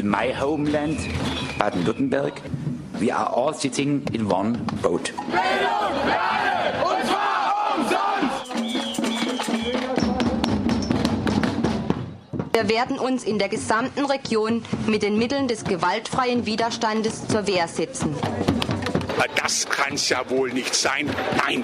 my homeland, Baden-Württemberg. We are all sitting in one boat. Bildung für alle, und zwar umsonst! Wir werden uns in der gesamten Region mit den Mitteln des gewaltfreien Widerstandes zur Wehr setzen. Das kann's ja wohl nicht sein. Nein!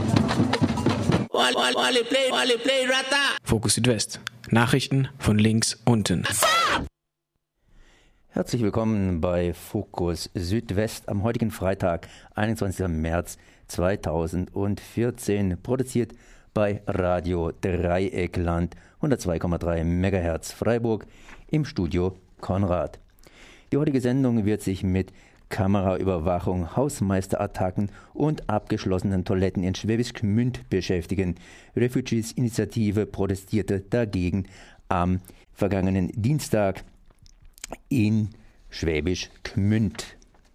Fokus Südwest. Nachrichten von links unten. Herzlich willkommen bei Fokus Südwest am heutigen Freitag, 21. März 2014, produziert bei Radio Dreieckland 102,3 MHz Freiburg im Studio Konrad. Die heutige Sendung wird sich mit Kameraüberwachung, Hausmeisterattacken und abgeschlossenen Toiletten in Schwäbisch Gmünd beschäftigen. Refugees-Initiative protestierte dagegen am vergangenen Dienstag in Schwäbisch Gmünd.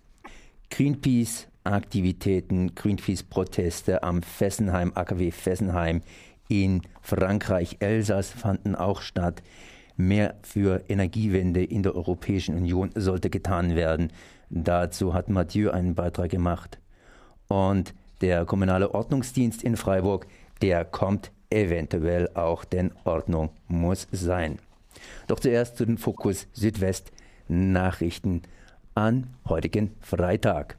Greenpeace-Aktivitäten, Greenpeace-Proteste am Fessenheim, AKW Fessenheim in Frankreich, Elsass fanden auch statt. Mehr für Energiewende in der Europäischen Union sollte getan werden. Dazu hat Mathieu einen Beitrag gemacht. Und der kommunale Ordnungsdienst in Freiburg, der kommt eventuell auch, denn Ordnung muss sein. Doch zuerst zu den Fokus Südwest Nachrichten an heutigen Freitag.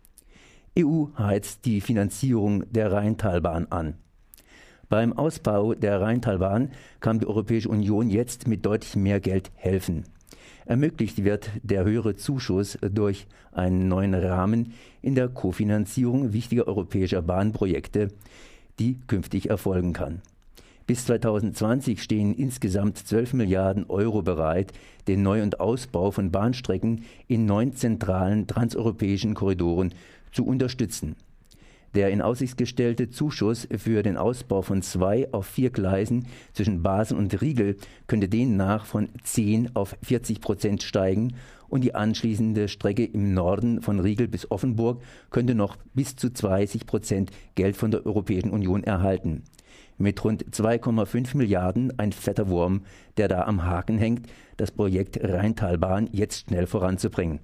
EU heizt die Finanzierung der Rheintalbahn an. Beim Ausbau der Rheintalbahn kann die Europäische Union jetzt mit deutlich mehr Geld helfen. Ermöglicht wird der höhere Zuschuss durch einen neuen Rahmen in der Kofinanzierung wichtiger europäischer Bahnprojekte, die künftig erfolgen kann. Bis 2020 stehen insgesamt 12 Milliarden Euro bereit, den Neu- und Ausbau von Bahnstrecken in 9 zentralen transeuropäischen Korridoren zu unterstützen. Der in Aussicht gestellte Zuschuss für den Ausbau von 2 auf 4 Gleisen zwischen Basel und Riegel könnte demnach von 10 auf 40% steigen und die anschließende Strecke im Norden von Riegel bis Offenburg könnte noch bis zu 20% Geld von der Europäischen Union erhalten. Mit rund 2,5 Milliarden ein fetter Wurm, der da am Haken hängt, das Projekt Rheintalbahn jetzt schnell voranzubringen.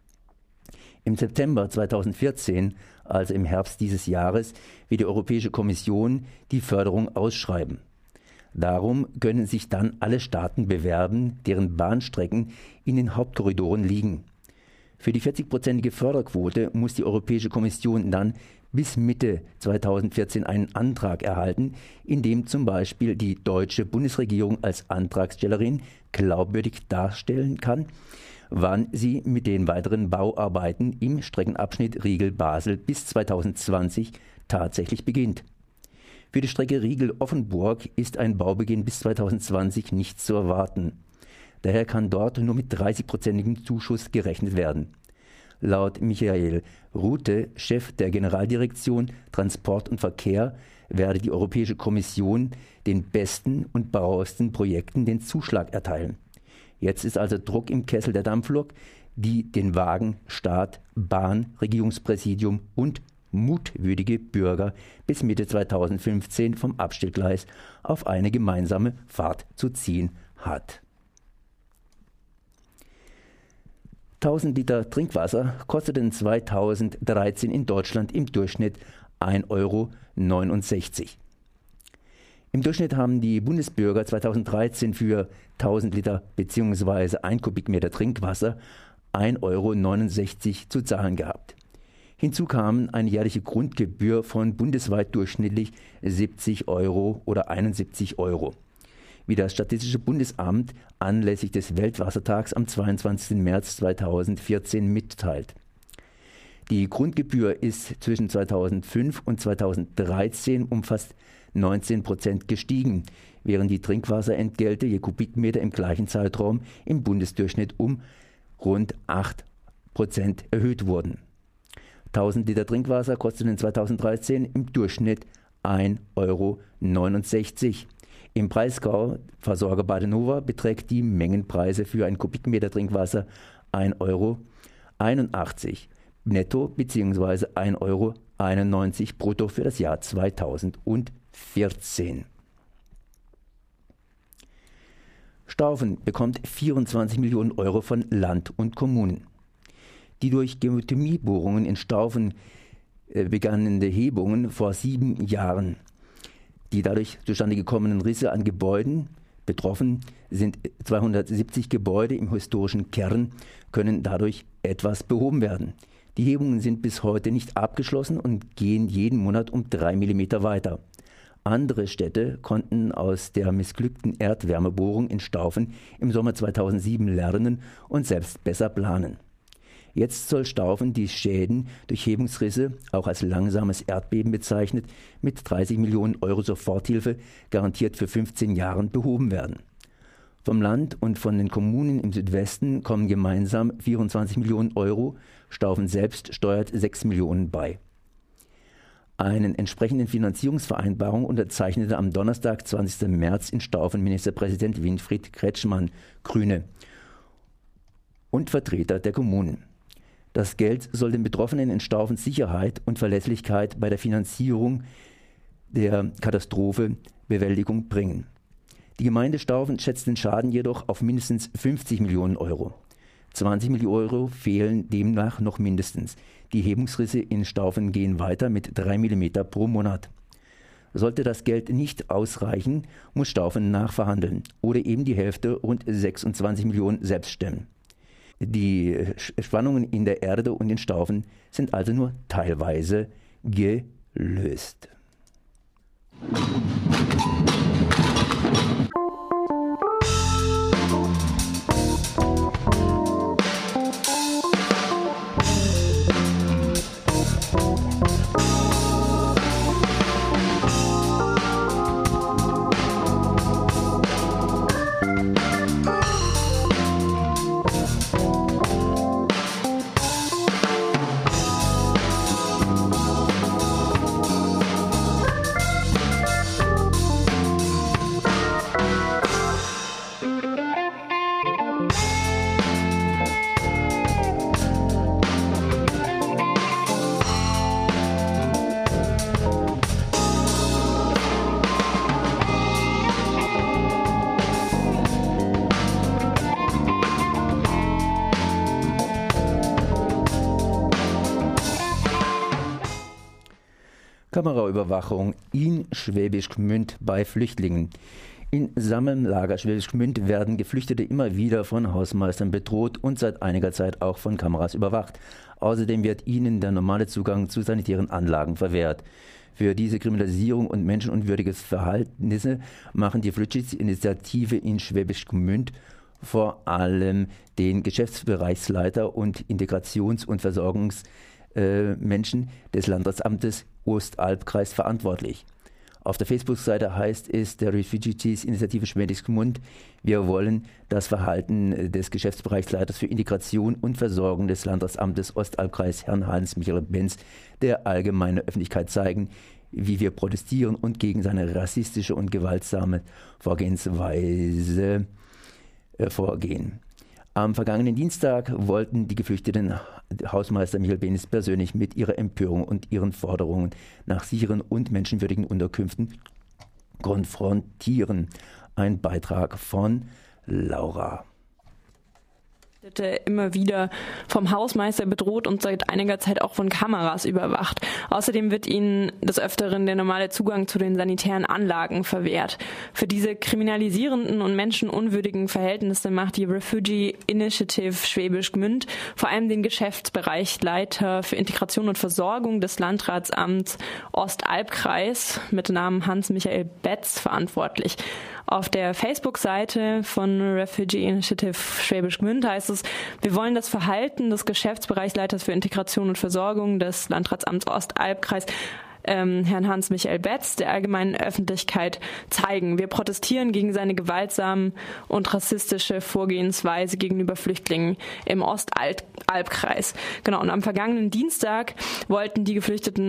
Im September 2014, also im Herbst dieses Jahres, wird die Europäische Kommission die Förderung ausschreiben. Darum können sich dann alle Staaten bewerben, deren Bahnstrecken in den Hauptkorridoren liegen. Für die 40-prozentige Förderquote muss die Europäische Kommission dann bis Mitte 2014 einen Antrag erhalten, in dem zum Beispiel die deutsche Bundesregierung als Antragstellerin glaubwürdig darstellen kann, wann sie mit den weiteren Bauarbeiten im Streckenabschnitt Riegel-Basel bis 2020 tatsächlich beginnt. Für die Strecke Riegel-Offenburg ist ein Baubeginn bis 2020 nicht zu erwarten. Daher kann dort nur mit 30-prozentigem Zuschuss gerechnet werden. Laut Michael Rute, Chef der Generaldirektion Transport und Verkehr, werde die Europäische Kommission den besten und bauausten Projekten den Zuschlag erteilen. Jetzt ist also Druck im Kessel der Dampflok, die den Wagen, Staat, Bahn, Regierungspräsidium und mutwürdige Bürger bis Mitte 2015 vom Abstellgleis auf eine gemeinsame Fahrt zu ziehen hat. 1000 Liter Trinkwasser kosteten 2013 in Deutschland im Durchschnitt 1,69 Euro. Im Durchschnitt haben die Bundesbürger 2013 für 1000 Liter bzw. 1 Kubikmeter Trinkwasser 1,69 Euro zu zahlen gehabt. Hinzu kam eine jährliche Grundgebühr von bundesweit durchschnittlich 70 Euro oder 71 Euro. Wie das Statistische Bundesamt anlässlich des Weltwassertags am 22. März 2014 mitteilt. Die Grundgebühr ist zwischen 2005 und 2013 um fast 19% gestiegen, während die Trinkwasserentgelte je Kubikmeter im gleichen Zeitraum im Bundesdurchschnitt um rund 8% erhöht wurden. 1000 Liter Trinkwasser kosteten 2013 im Durchschnitt 1,69 Euro. Im Breisgau, Versorger Badenova, beträgt die Mengenpreise für ein Kubikmeter Trinkwasser 1,81 Euro netto bzw. 1,91 Euro brutto für das Jahr 2014. Staufen bekommt 24 Millionen Euro von Land und Kommunen. Die durch Geothermiebohrungen in Staufen begannene Hebungen vor 7 Jahren. Die dadurch zustande gekommenen Risse an Gebäuden, betroffen sind 270 Gebäude im historischen Kern, können dadurch etwas behoben werden. Die Hebungen sind bis heute nicht abgeschlossen und gehen jeden Monat um 3 mm weiter. Andere Städte konnten aus der missglückten Erdwärmebohrung in Staufen im Sommer 2007 lernen und selbst besser planen. Jetzt soll Staufen die Schäden durch Hebungsrisse, auch als langsames Erdbeben bezeichnet, mit 30 Millionen Euro Soforthilfe garantiert für 15 Jahren behoben werden. Vom Land und von den Kommunen im Südwesten kommen gemeinsam 24 Millionen Euro, Staufen selbst steuert 6 Millionen bei. Einen entsprechenden Finanzierungsvereinbarung unterzeichnete am Donnerstag, 20. März in Staufen Ministerpräsident Winfried Kretschmann, Grüne, und Vertreter der Kommunen. Das Geld soll den Betroffenen in Staufen Sicherheit und Verlässlichkeit bei der Finanzierung der Katastrophenbewältigung bringen. Die Gemeinde Staufen schätzt den Schaden jedoch auf mindestens 50 Millionen Euro. 20 Millionen Euro fehlen demnach noch mindestens. Die Hebungsrisse in Staufen gehen weiter mit 3 mm pro Monat. Sollte das Geld nicht ausreichen, muss Staufen nachverhandeln oder eben die Hälfte, rund 26 Millionen, selbst stemmen. Die Spannungen in der Erde und in Staufen sind also nur teilweise gelöst. Kameraüberwachung in Schwäbisch Gmünd bei Flüchtlingen. In Sammellager Schwäbisch Gmünd werden Geflüchtete immer wieder von Hausmeistern bedroht und seit einiger Zeit auch von Kameras überwacht. Außerdem wird ihnen der normale Zugang zu sanitären Anlagen verwehrt. Für diese Kriminalisierung und menschenunwürdiges Verhalten machen die Flüchtlingsinitiative in Schwäbisch Gmünd vor allem den Geschäftsbereichsleiter und Integrations- und Versorgungsmenschen des Landratsamtes Ostalbkreis verantwortlich. Auf der Facebook-Seite heißt es der Refugees-Initiative Schwäbisch Gmünd: Wir wollen das Verhalten des Geschäftsbereichsleiters für Integration und Versorgung des Landratsamtes Ostalbkreis, Herrn Hans-Michael Benz, der allgemeinen Öffentlichkeit zeigen, wie wir protestieren und gegen seine rassistische und gewaltsame Vorgehensweise vorgehen. Am vergangenen Dienstag wollten die Geflüchteten Hausmeister Michael Benz persönlich mit ihrer Empörung und ihren Forderungen nach sicheren und menschenwürdigen Unterkünften konfrontieren. Ein Beitrag von Laura. Immer wieder vom Hausmeister bedroht und seit einiger Zeit auch von Kameras überwacht. Außerdem wird ihnen des Öfteren der normale Zugang zu den sanitären Anlagen verwehrt. Für diese kriminalisierenden und menschenunwürdigen Verhältnisse macht die Refugee Initiative Schwäbisch Gmünd vor allem den Geschäftsbereichsleiter für Integration und Versorgung des Landratsamts Ostalbkreis mit Namen Hans-Michael Betz verantwortlich. Auf der Facebook-Seite von Refugee Initiative Schwäbisch Gmünd heißt es: Wir wollen das Verhalten des Geschäftsbereichsleiters für Integration und Versorgung des Landratsamts Ostalbkreis, Herrn Hans-Michael Betz, der allgemeinen Öffentlichkeit zeigen. Wir protestieren gegen seine gewaltsame und rassistische Vorgehensweise gegenüber Flüchtlingen im Ostalbkreis. Genau, und am vergangenen Dienstag wollten die Geflüchteten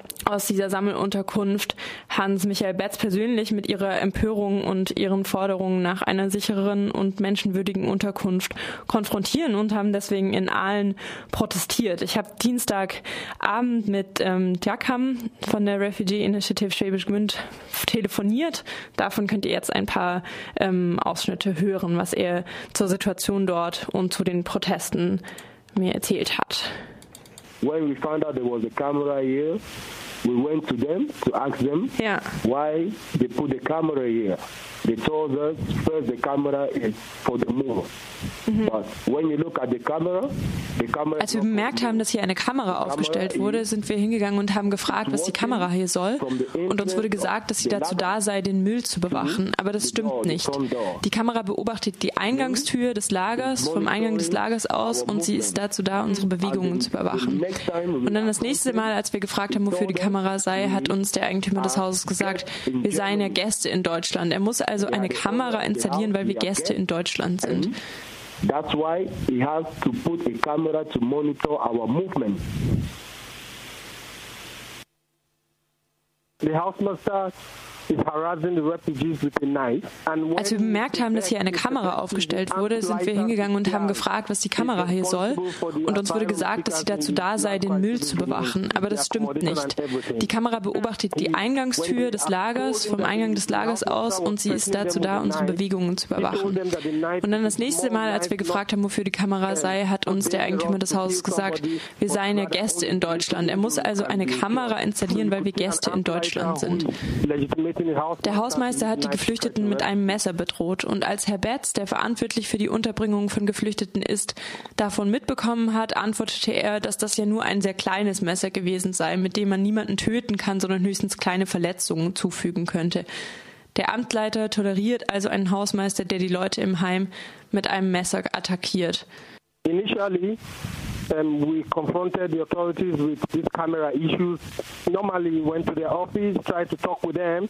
aus dieser Sammelunterkunft Hans-Michael Betz persönlich mit ihrer Empörung und ihren Forderungen nach einer sicheren und menschenwürdigen Unterkunft konfrontieren und haben deswegen in Aalen protestiert. Ich habe Dienstagabend mit Djakam von der Refugee Initiative Schwäbisch Gmünd telefoniert. Davon könnt ihr jetzt ein paar Ausschnitte hören, was er zur Situation dort und zu den Protesten mir erzählt hat. When we found out there was a camera here, we went to them to ask them why they put the camera here. They told us first the camera is for the move. But when you look at the camera Als wir bemerkt haben, dass hier eine Kamera aufgestellt wurde, sind wir hingegangen und haben gefragt, was die Kamera hier soll. Und uns wurde gesagt, dass sie dazu da sei, den Müll zu bewachen. Aber das stimmt nicht. Die Kamera beobachtet die Eingangstür des Lagers, vom Eingang des Lagers aus, und sie ist dazu da, unsere Bewegungen zu überwachen. Und dann das nächste Mal, als wir gefragt haben, wofür die Kamera sei, hat uns der Eigentümer des Hauses gesagt, wir seien ja Gäste in Deutschland. Er muss also eine Kamera installieren, weil wir Gäste in Deutschland sind. That's why he has to put a camera to monitor our movement. The housemaster Als wir bemerkt haben, dass hier eine Kamera aufgestellt wurde, sind wir hingegangen und haben gefragt, was die Kamera hier soll. Und uns wurde gesagt, dass sie dazu da sei, den Müll zu bewachen. Aber das stimmt nicht. Die Kamera beobachtet die Eingangstür des Lagers, vom Eingang des Lagers aus, und sie ist dazu da, unsere Bewegungen zu überwachen. Und dann das nächste Mal, als wir gefragt haben, wofür die Kamera sei, hat uns der Eigentümer des Hauses gesagt, wir seien ja Gäste in Deutschland. Er muss also eine Kamera installieren, weil wir Gäste in Deutschland sind. Der Hausmeister hat die Geflüchteten mit einem Messer bedroht, und als Herr Betz, der verantwortlich für die Unterbringung von Geflüchteten ist, davon mitbekommen hat, antwortete er, dass das ja nur ein sehr kleines Messer gewesen sei, mit dem man niemanden töten kann, sondern höchstens kleine Verletzungen zufügen könnte. Der Amtsleiter toleriert also einen Hausmeister, der die Leute im Heim mit einem Messer attackiert. Initially, we confronted the authorities with these camera issues. Normally, we went to their office, tried to talk with them.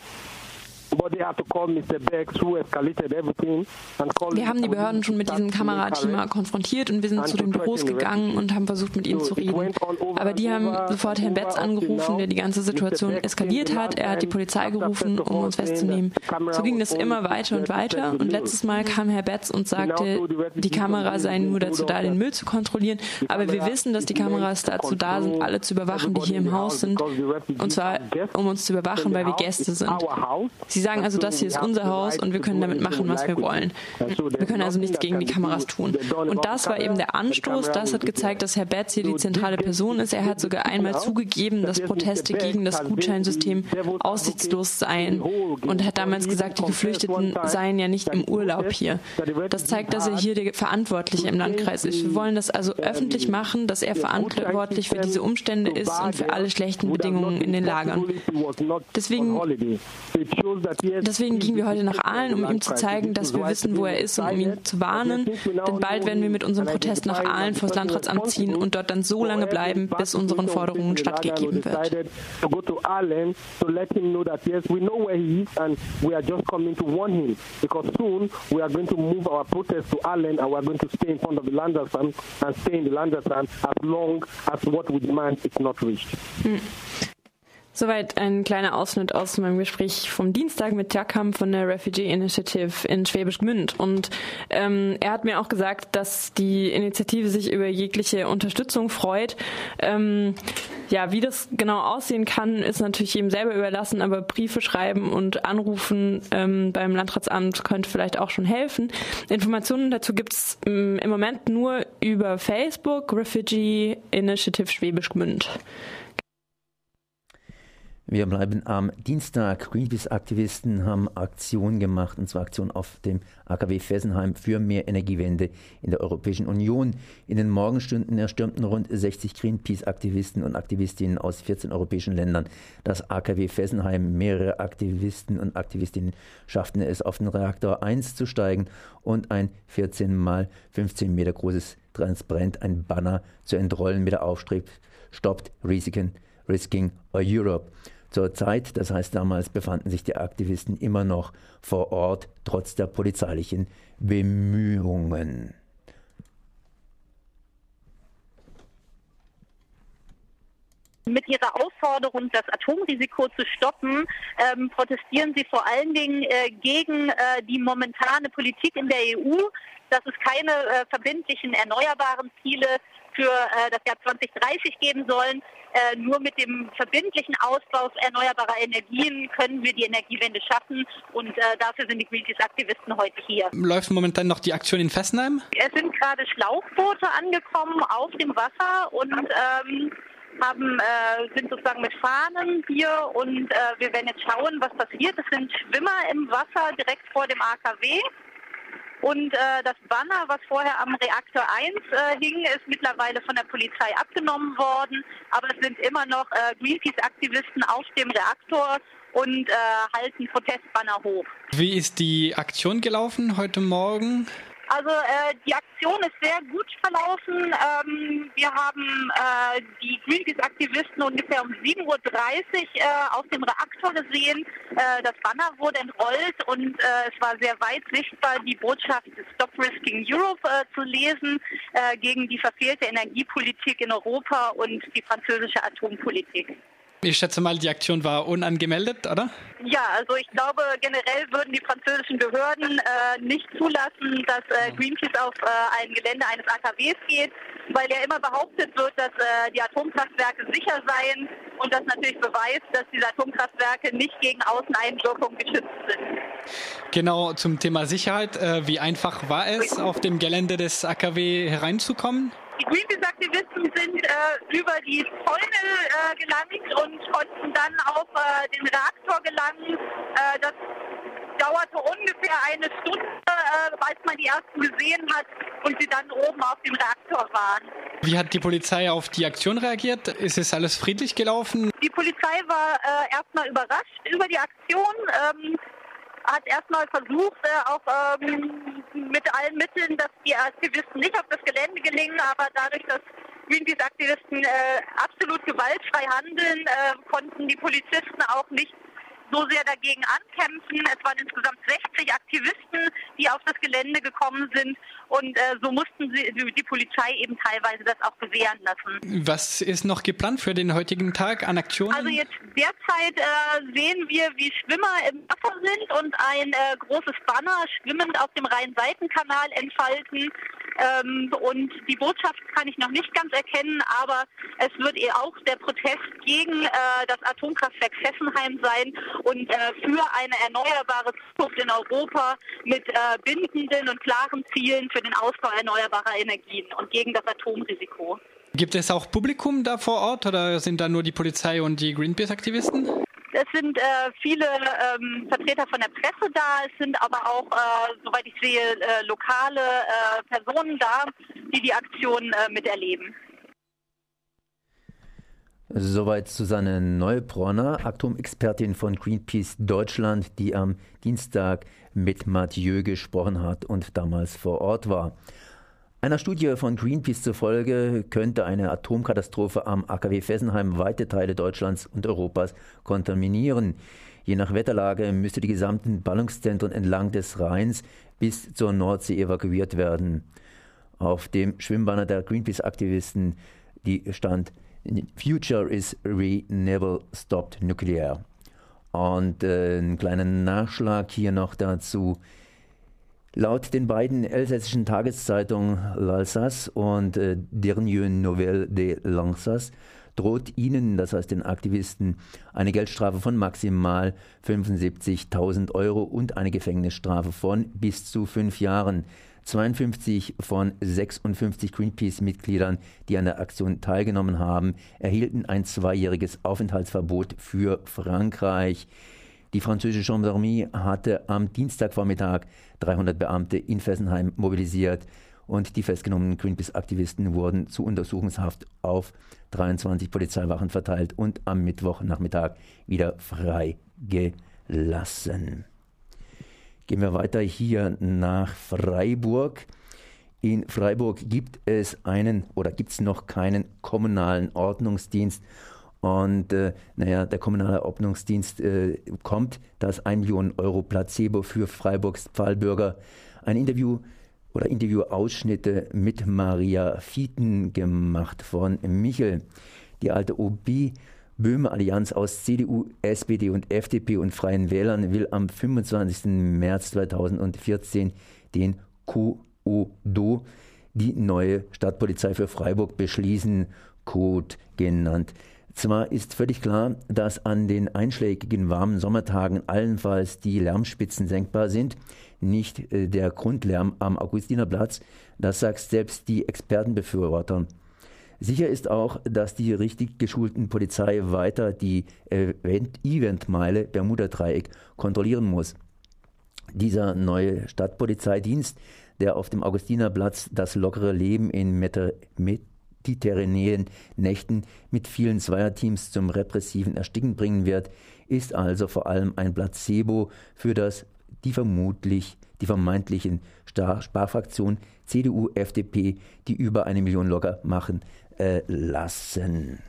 Wir haben die Behörden schon mit diesem Kamerateam konfrontiert und wir sind zu den Büros gegangen und haben versucht, mit ihnen zu reden. Aber die haben sofort Herrn Betz angerufen, der die ganze Situation eskaliert hat. Er hat die Polizei gerufen, um uns festzunehmen. So ging das immer weiter und weiter. Und letztes Mal kam Herr Betz und sagte, die Kamera sei nur dazu da, den Müll zu kontrollieren. Aber wir wissen, dass die Kameras dazu da sind, alle zu überwachen, die hier im Haus sind. Und zwar, um uns zu überwachen, weil wir Gäste sind. Sie sagen also, das hier ist unser Haus und wir können damit machen, was wir wollen. Wir können also nichts gegen die Kameras tun. Und das war eben der Anstoß. Das hat gezeigt, dass Herr Betz hier die zentrale Person ist. Er hat sogar einmal zugegeben, dass Proteste gegen das Gutscheinsystem aussichtslos seien und hat damals gesagt, die Geflüchteten seien ja nicht im Urlaub hier. Das zeigt, dass er hier der Verantwortliche im Landkreis ist. Wir wollen das also öffentlich machen, dass er verantwortlich für diese Umstände ist und für alle schlechten Bedingungen in den Lagern. Deswegen gingen wir heute nach Aalen, um ihm zu zeigen, dass wir wissen, wo er ist, und um ihn zu warnen. Denn bald werden wir mit unserem Protest nach Aalen vor das Landratsamt ziehen und dort dann so lange bleiben, bis unseren Forderungen stattgegeben wird. Soweit ein kleiner Ausschnitt aus meinem Gespräch vom Dienstag mit Djakam von der Refugee Initiative in Schwäbisch Gmünd. Und er hat mir auch gesagt, dass die Initiative sich über jegliche Unterstützung freut. Wie das genau aussehen kann, ist natürlich jedem selber überlassen, aber Briefe schreiben und anrufen beim Landratsamt könnte vielleicht auch schon helfen. Informationen dazu gibt es im Moment nur über Facebook, Refugee Initiative Schwäbisch Gmünd. Wir bleiben am Dienstag. Greenpeace-Aktivisten haben Aktion gemacht, und zwar Aktion auf dem AKW Fessenheim für mehr Energiewende in der Europäischen Union. In den Morgenstunden erstürmten rund 60 Greenpeace-Aktivisten und Aktivistinnen aus 14 europäischen Ländern das AKW Fessenheim. Mehrere Aktivisten und Aktivistinnen schafften es, auf den Reaktor 1 zu steigen und ein 14 mal 15 Meter großes Transparent, ein Banner zu entrollen mit der Aufschrift "Stoppt Risking Europe". Zur Zeit, das heißt damals, befanden sich die Aktivisten immer noch vor Ort, trotz der polizeilichen Bemühungen. Mit ihrer Aufforderung, das Atomrisiko zu stoppen, protestieren sie vor allen Dingen gegen die momentane Politik in der EU, dass es keine verbindlichen erneuerbaren Ziele für das Jahr 2030 geben sollen. Nur mit dem verbindlichen Ausbau erneuerbarer Energien können wir die Energiewende schaffen und dafür sind die Greenpeace-Aktivisten heute hier. Läuft momentan noch die Aktion in Fessenheim? Es sind gerade Schlauchboote angekommen auf dem Wasser und sind sozusagen mit Fahnen hier und wir werden jetzt schauen, was passiert. Es sind Schwimmer im Wasser direkt vor dem AKW. Und das Banner, was vorher am Reaktor 1 hing, ist mittlerweile von der Polizei abgenommen worden. Aber es sind immer noch Greenpeace-Aktivisten auf dem Reaktor und halten Protestbanner hoch. Wie ist die Aktion gelaufen heute Morgen? Also die Aktion ist sehr gut verlaufen. Wir haben die Greenpeace-Aktivisten ungefähr um 7.30 Uhr auf dem Reaktor gesehen. Das Banner wurde entrollt und es war sehr weit sichtbar, die Botschaft Stop Risking Europe zu lesen gegen die verfehlte Energiepolitik in Europa und die französische Atompolitik. Ich schätze mal, die Aktion war unangemeldet, oder? Ja, also ich glaube, generell würden die französischen Behörden nicht zulassen, dass Greenpeace auf ein Gelände eines AKWs geht, weil ja immer behauptet wird, dass die Atomkraftwerke sicher seien und das natürlich beweist, dass diese Atomkraftwerke nicht gegen Außeneinwirkung geschützt sind. Genau, zum Thema Sicherheit. Wie einfach war es, auf dem Gelände des AKW hereinzukommen? Die Greenpeace-Aktivisten sind über die Zäune gelangt und konnten dann auf den Reaktor gelangen. Das dauerte ungefähr eine Stunde, als man die ersten gesehen hat und sie dann oben auf dem Reaktor waren. Wie hat die Polizei auf die Aktion reagiert? Ist es alles friedlich gelaufen? Die Polizei war erstmal überrascht über die Aktion. Hat erstmal versucht, auch mit allen Mitteln, dass die Aktivisten nicht auf das Gelände gelingen, aber dadurch, dass Greenpeace-Aktivisten absolut gewaltfrei handeln, konnten die Polizisten auch nicht so sehr dagegen ankämpfen. Es waren insgesamt 60 Aktivisten, die auf das Gelände gekommen sind und so mussten die Polizei eben teilweise das auch gewähren lassen. Was ist noch geplant für den heutigen Tag an Aktionen? Also jetzt derzeit sehen wir, wie Schwimmer im Wasser sind und ein großes Banner schwimmend auf dem Rhein-Seiten-Kanal entfalten. Und die Botschaft kann ich noch nicht ganz erkennen, aber es wird auch der Protest gegen das Atomkraftwerk Fessenheim sein und für eine erneuerbare Zukunft in Europa mit bindenden und klaren Zielen für den Ausbau erneuerbarer Energien und gegen das Atomrisiko. Gibt es auch Publikum da vor Ort oder sind da nur die Polizei und die Greenpeace-Aktivisten? Es sind viele Vertreter von der Presse da, es sind aber auch, soweit ich sehe, lokale Personen da, die die Aktion miterleben. Soweit Susanne Neubronner, Atomexpertin von Greenpeace Deutschland, die am Dienstag mit Mathieu gesprochen hat und damals vor Ort war. Einer Studie von Greenpeace zufolge könnte eine Atomkatastrophe am AKW Fessenheim weite Teile Deutschlands und Europas kontaminieren. Je nach Wetterlage müsste die gesamten Ballungszentren entlang des Rheins bis zur Nordsee evakuiert werden. Auf dem Schwimmbanner der Greenpeace-Aktivisten stand Future is never stopped nuclear. Und einen kleinen Nachschlag hier noch dazu. Laut den beiden elsässischen Tageszeitungen L'Alsace und Dernière Nouvelle de l'Alsace droht ihnen, das heißt den Aktivisten, eine Geldstrafe von maximal 75.000 € und eine Gefängnisstrafe von bis zu 5 Jahren. 52 von 56 Greenpeace-Mitgliedern, die an der Aktion teilgenommen haben, erhielten ein 2-jähriges Aufenthaltsverbot für Frankreich. Die französische Gendarmerie hatte am Dienstagvormittag 300 Beamte in Fessenheim mobilisiert und die festgenommenen Greenpeace-Aktivisten wurden zu Untersuchungshaft auf 23 Polizeiwachen verteilt und am Mittwochnachmittag wieder freigelassen. Gehen wir weiter hier nach Freiburg. In Freiburg gibt es noch keinen kommunalen Ordnungsdienst. Und der kommunale Ordnungsdienst kommt, das 1 Million € Placebo für Freiburgs Pfahlbürger. Ein Interviewausschnitte mit Maria Fieten gemacht von Michel. Die alte OB-Böhme-Allianz aus CDU, SPD und FDP und Freien Wählern will am 25. März 2014 den CODO, die neue Stadtpolizei für Freiburg, beschließen, Code genannt. Zwar ist völlig klar, dass an den einschlägigen warmen Sommertagen allenfalls die Lärmspitzen senkbar sind, nicht der Grundlärm am Augustinerplatz, das sagt selbst die Expertenbefürworter. Sicher ist auch, dass die richtig geschulten Polizei weiter die Eventmeile Bermuda-Dreieck kontrollieren muss. Dieser neue Stadtpolizeidienst, der auf dem Augustinerplatz das lockere Leben in mediterraneen Nächten mit vielen Zweierteams zum repressiven Ersticken bringen wird, ist also vor allem ein Placebo für die vermeintlichen Sparfraktion CDU, FDP, die über 1 Million locker machen lassen.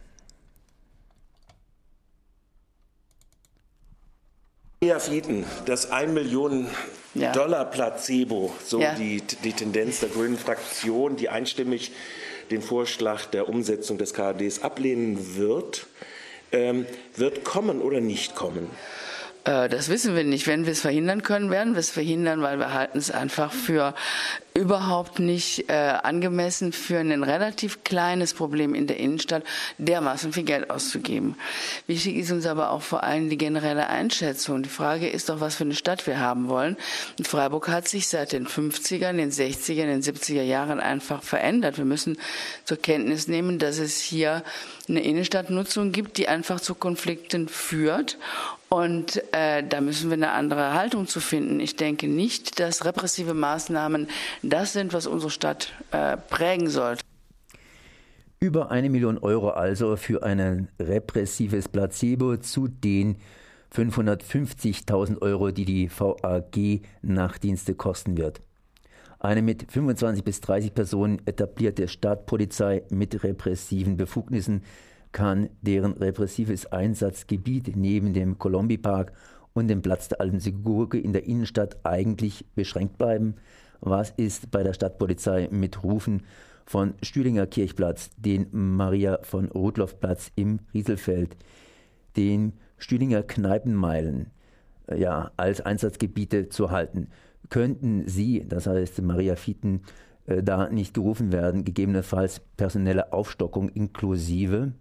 Herr Fieten, das 1 Million Dollar Placebo, so die Tendenz der Grünen Fraktion, die einstimmig den Vorschlag der Umsetzung des KADs ablehnen wird, wird kommen oder nicht kommen? Das wissen wir nicht. Wenn wir es verhindern können, werden wir es verhindern, weil wir halten es einfach für überhaupt nicht angemessen, für ein relativ kleines Problem in der Innenstadt dermaßen viel Geld auszugeben. Wichtig ist uns aber auch vor allem die generelle Einschätzung. Die Frage ist doch, was für eine Stadt wir haben wollen. Und Freiburg hat sich seit den 50er, den 60er, den 70er Jahren einfach verändert. Wir müssen zur Kenntnis nehmen, dass es hier eine Innenstadtnutzung gibt, die einfach zu Konflikten führt. Und da müssen wir eine andere Haltung zu finden. Ich denke nicht, dass repressive Maßnahmen das sind, was unsere Stadt prägen sollte. Über 1 Million Euro also für ein repressives Placebo zu den 550.000 Euro, die die VAG-Nachtdienste kosten wird. Eine mit 25 bis 30 Personen etablierte Stadtpolizei mit repressiven Befugnissen kann deren repressives Einsatzgebiet neben dem Colombi-Park und dem Platz der Alten Sigurke in der Innenstadt eigentlich beschränkt bleiben? Was ist bei der Stadtpolizei mit Rufen von Stühlinger Kirchplatz, den Maria von Rudloff Platz im Rieselfeld, den Stühlinger Kneipenmeilen als Einsatzgebiete zu halten? Könnten Sie, das heißt Maria Fieten, da nicht gerufen werden, gegebenenfalls personelle Aufstockung inklusive?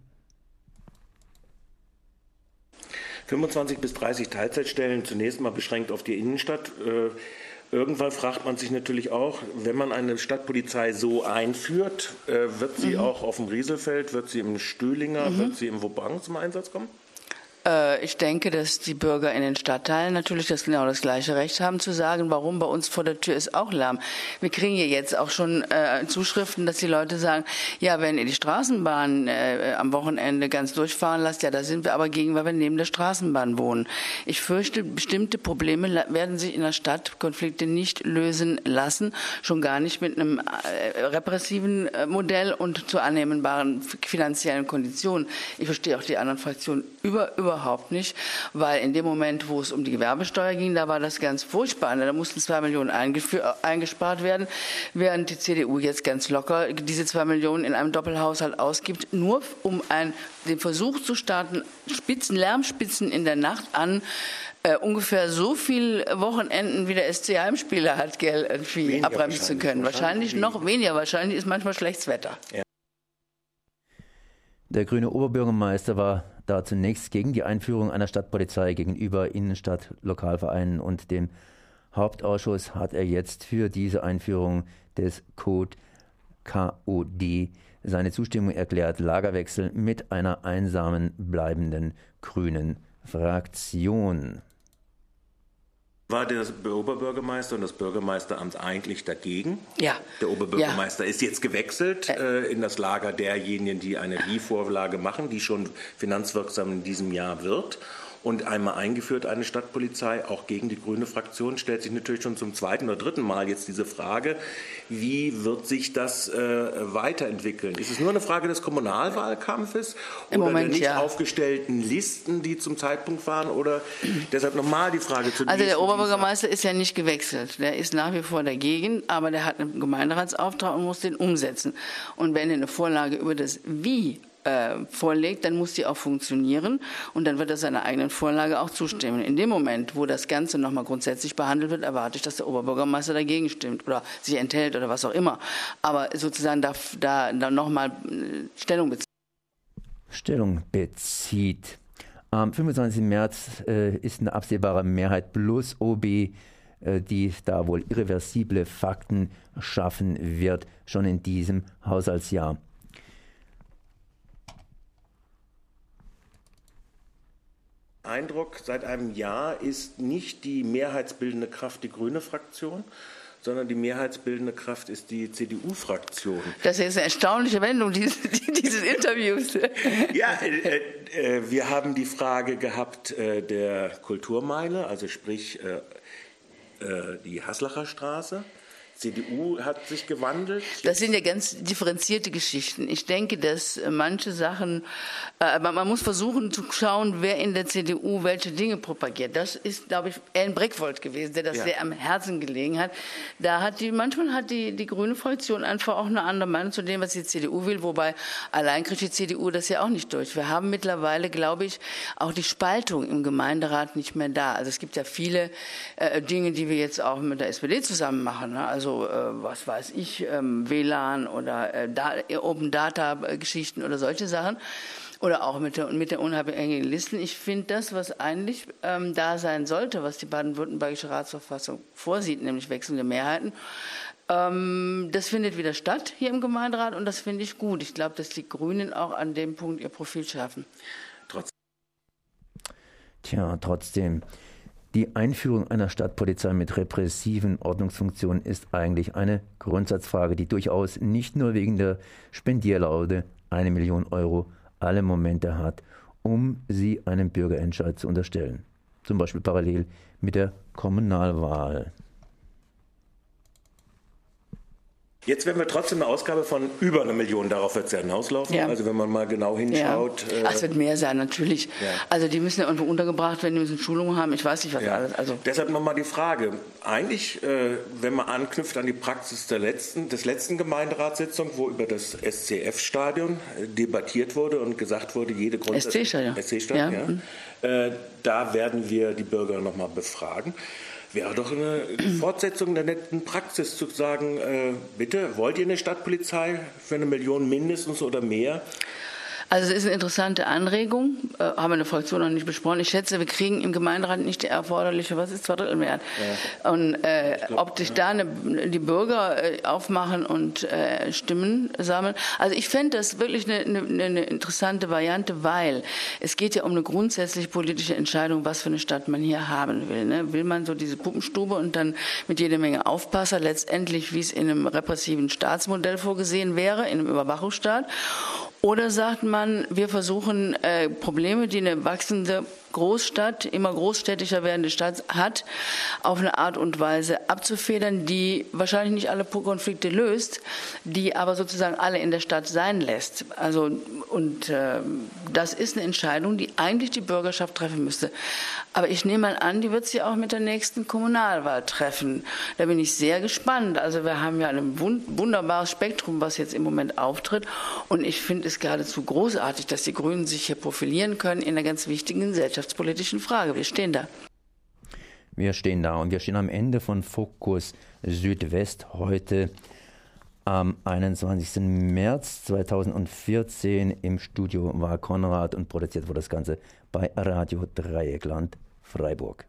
25 bis 30 Teilzeitstellen, zunächst mal beschränkt auf die Innenstadt. Irgendwann fragt man sich natürlich auch, wenn man eine Stadtpolizei so einführt, wird sie auch auf dem Rieselfeld, wird sie im Stühlinger, wird sie im Vauban zum Einsatz kommen? Ich denke, dass die Bürger in den Stadtteilen natürlich genau das gleiche Recht haben zu sagen, warum bei uns vor der Tür ist auch Lärm. Wir kriegen ja jetzt auch schon Zuschriften, dass die Leute sagen, ja, wenn ihr die Straßenbahn am Wochenende ganz durchfahren lasst, ja, da sind wir aber gegen, weil wir neben der Straßenbahn wohnen. Ich fürchte, bestimmte Probleme werden sich in der Stadt, Konflikte nicht lösen lassen, schon gar nicht mit einem repressiven Modell und zu annehmbaren finanziellen Konditionen. Ich verstehe auch die anderen Fraktionen überhaupt nicht, weil in dem Moment, wo es um die Gewerbesteuer ging, da war das ganz furchtbar. Da mussten 2 Millionen eingespart werden, während die CDU jetzt ganz locker diese 2 Millionen in einem Doppelhaushalt ausgibt, nur um den Versuch zu starten, Lärmspitzen in der Nacht an ungefähr so viel Wochenenden wie der SC Heimspiele hat, irgendwie abbremsen zu können. Wahrscheinlich noch weniger, wahrscheinlich ist manchmal schlechtes Wetter. Ja. Der grüne Oberbürgermeister war da zunächst gegen die Einführung einer Stadtpolizei gegenüber Innenstadt, Lokalvereinen und dem Hauptausschuss hat er jetzt für diese Einführung des Code KOD seine Zustimmung erklärt. Lagerwechsel mit einer einsamen bleibenden grünen Fraktion. War der Oberbürgermeister und das Bürgermeisteramt eigentlich dagegen? Ja. Der Oberbürgermeister ist jetzt gewechselt in das Lager derjenigen, die eine Vorlage machen, die schon finanzwirksam in diesem Jahr wird. Und einmal eingeführt eine Stadtpolizei, auch gegen die grüne Fraktion, stellt sich natürlich schon zum 2. oder 3. Mal jetzt diese Frage, wie wird sich das weiterentwickeln? Ist es nur eine Frage des Kommunalwahlkampfes oder der nicht aufgestellten Listen, die zum Zeitpunkt waren? Oder deshalb nochmal die Frage zu Also der Oberbürgermeister ist ja nicht gewechselt. Der ist nach wie vor dagegen, aber der hat einen Gemeinderatsauftrag und muss den umsetzen. Und wenn eine Vorlage über das Wie vorlegt, dann muss die auch funktionieren und dann wird er seiner eigenen Vorlage auch zustimmen. In dem Moment, wo das Ganze nochmal grundsätzlich behandelt wird, erwarte ich, dass der Oberbürgermeister dagegen stimmt oder sich enthält oder was auch immer. Aber sozusagen da nochmal Stellung bezieht. Am 25. März ist eine absehbare Mehrheit plus OB, die da wohl irreversible Fakten schaffen wird, schon in diesem Haushaltsjahr. Eindruck seit einem Jahr ist nicht die mehrheitsbildende Kraft die grüne Fraktion, sondern die mehrheitsbildende Kraft ist die CDU-Fraktion. Das ist eine erstaunliche Wendung dieses Interviews. Ja, wir haben die Frage gehabt der Kulturmeile, also sprich die Haslacher Straße. CDU hat sich gewandelt. Das sind ja ganz differenzierte Geschichten. Ich denke, dass manche Sachen, man muss versuchen zu schauen, wer in der CDU welche Dinge propagiert. Das ist, glaube ich, Ellen Breckwold gewesen, der das sehr am Herzen gelegen hat. Manchmal hat die grüne Fraktion einfach auch eine andere Meinung zu dem, was die CDU will, wobei allein kriegt die CDU das ja auch nicht durch. Wir haben mittlerweile, glaube ich, auch die Spaltung im Gemeinderat nicht mehr da. Also es gibt ja viele Dinge, die wir jetzt auch mit der SPD zusammen machen, ne? Also was weiß ich, WLAN oder Open Data Geschichten oder solche Sachen oder auch mit der unabhängigen Listen. Ich finde das, was eigentlich da sein sollte, was die baden-württembergische Ratsverfassung vorsieht, nämlich wechselnde Mehrheiten, das findet wieder statt hier im Gemeinderat und das finde ich gut. Ich glaube, dass die Grünen auch an dem Punkt ihr Profil schärfen. Trotzdem. Die Einführung einer Stadtpolizei mit repressiven Ordnungsfunktionen ist eigentlich eine Grundsatzfrage, die durchaus nicht nur wegen der Spendierlaude 1 Million Euro alle Momente hat, um sie einem Bürgerentscheid zu unterstellen. Zum Beispiel parallel mit der Kommunalwahl. Jetzt werden wir trotzdem eine Ausgabe von über 1 Million, darauf wird es ja hinauslaufen. Ja. Also wenn man mal genau hinschaut. Ja. Es wird mehr sein, natürlich. Ja. Also die müssen ja irgendwo untergebracht werden, die müssen Schulungen haben, ich weiß nicht, was alles. Also. Deshalb nochmal die Frage. Eigentlich, wenn man anknüpft an die Praxis des letzten Gemeinderatssitzung, wo über das SCF-Stadion debattiert wurde und gesagt wurde, jede Grundstadion. SC-Stadion, ja. Da werden wir die Bürger nochmal befragen. Wäre doch eine Fortsetzung der netten Praxis zu sagen, bitte, wollt ihr eine Stadtpolizei für 1 Million mindestens oder mehr? Also es ist eine interessante Anregung, haben wir in der Fraktion noch nicht besprochen. Ich schätze, wir kriegen im Gemeinderat nicht die erforderliche, 2/3 Mehrheit. Ja. Und ob sich da die Bürger aufmachen und Stimmen sammeln. Also ich fände das wirklich eine interessante Variante, weil es geht ja um eine grundsätzlich politische Entscheidung, was für eine Stadt man hier haben will. Ne? Will man so diese Puppenstube und dann mit jeder Menge Aufpasser, letztendlich wie es in einem repressiven Staatsmodell vorgesehen wäre, in einem Überwachungsstaat? Oder sagt man, wir versuchen Probleme, die eine wachsende Großstadt, immer großstädtischer werdende Stadt hat, auf eine Art und Weise abzufedern, die wahrscheinlich nicht alle Konflikte löst, die aber sozusagen alle in der Stadt sein lässt. Also das ist eine Entscheidung, die eigentlich die Bürgerschaft treffen müsste. Aber ich nehme mal an, die wird sie auch mit der nächsten Kommunalwahl treffen. Da bin ich sehr gespannt. Also wir haben ja ein wunderbares Spektrum, was jetzt im Moment auftritt. Und ich finde es geradezu großartig, dass die Grünen sich hier profilieren können in einer ganz wichtigen gesellschaftspolitischen Frage. Wir stehen da. Wir stehen da und wir stehen am Ende von Fokus Südwest heute am 21. März 2014. Im Studio war Konrad und produziert wurde das Ganze bei Radio Dreieckland Freiburg.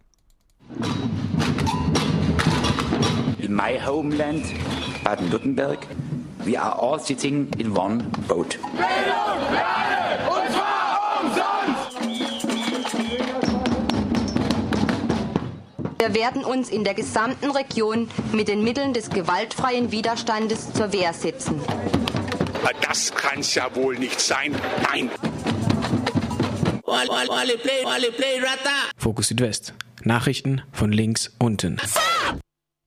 In my homeland, Baden-Württemberg, we are all sitting in one boat. Bildung, Lernen, und zwar umsonst! Wir werden uns in der gesamten Region mit den Mitteln des gewaltfreien Widerstandes zur Wehr setzen. Das kann's ja wohl nicht sein. Nein! Fokus Südwest. Nachrichten von links unten.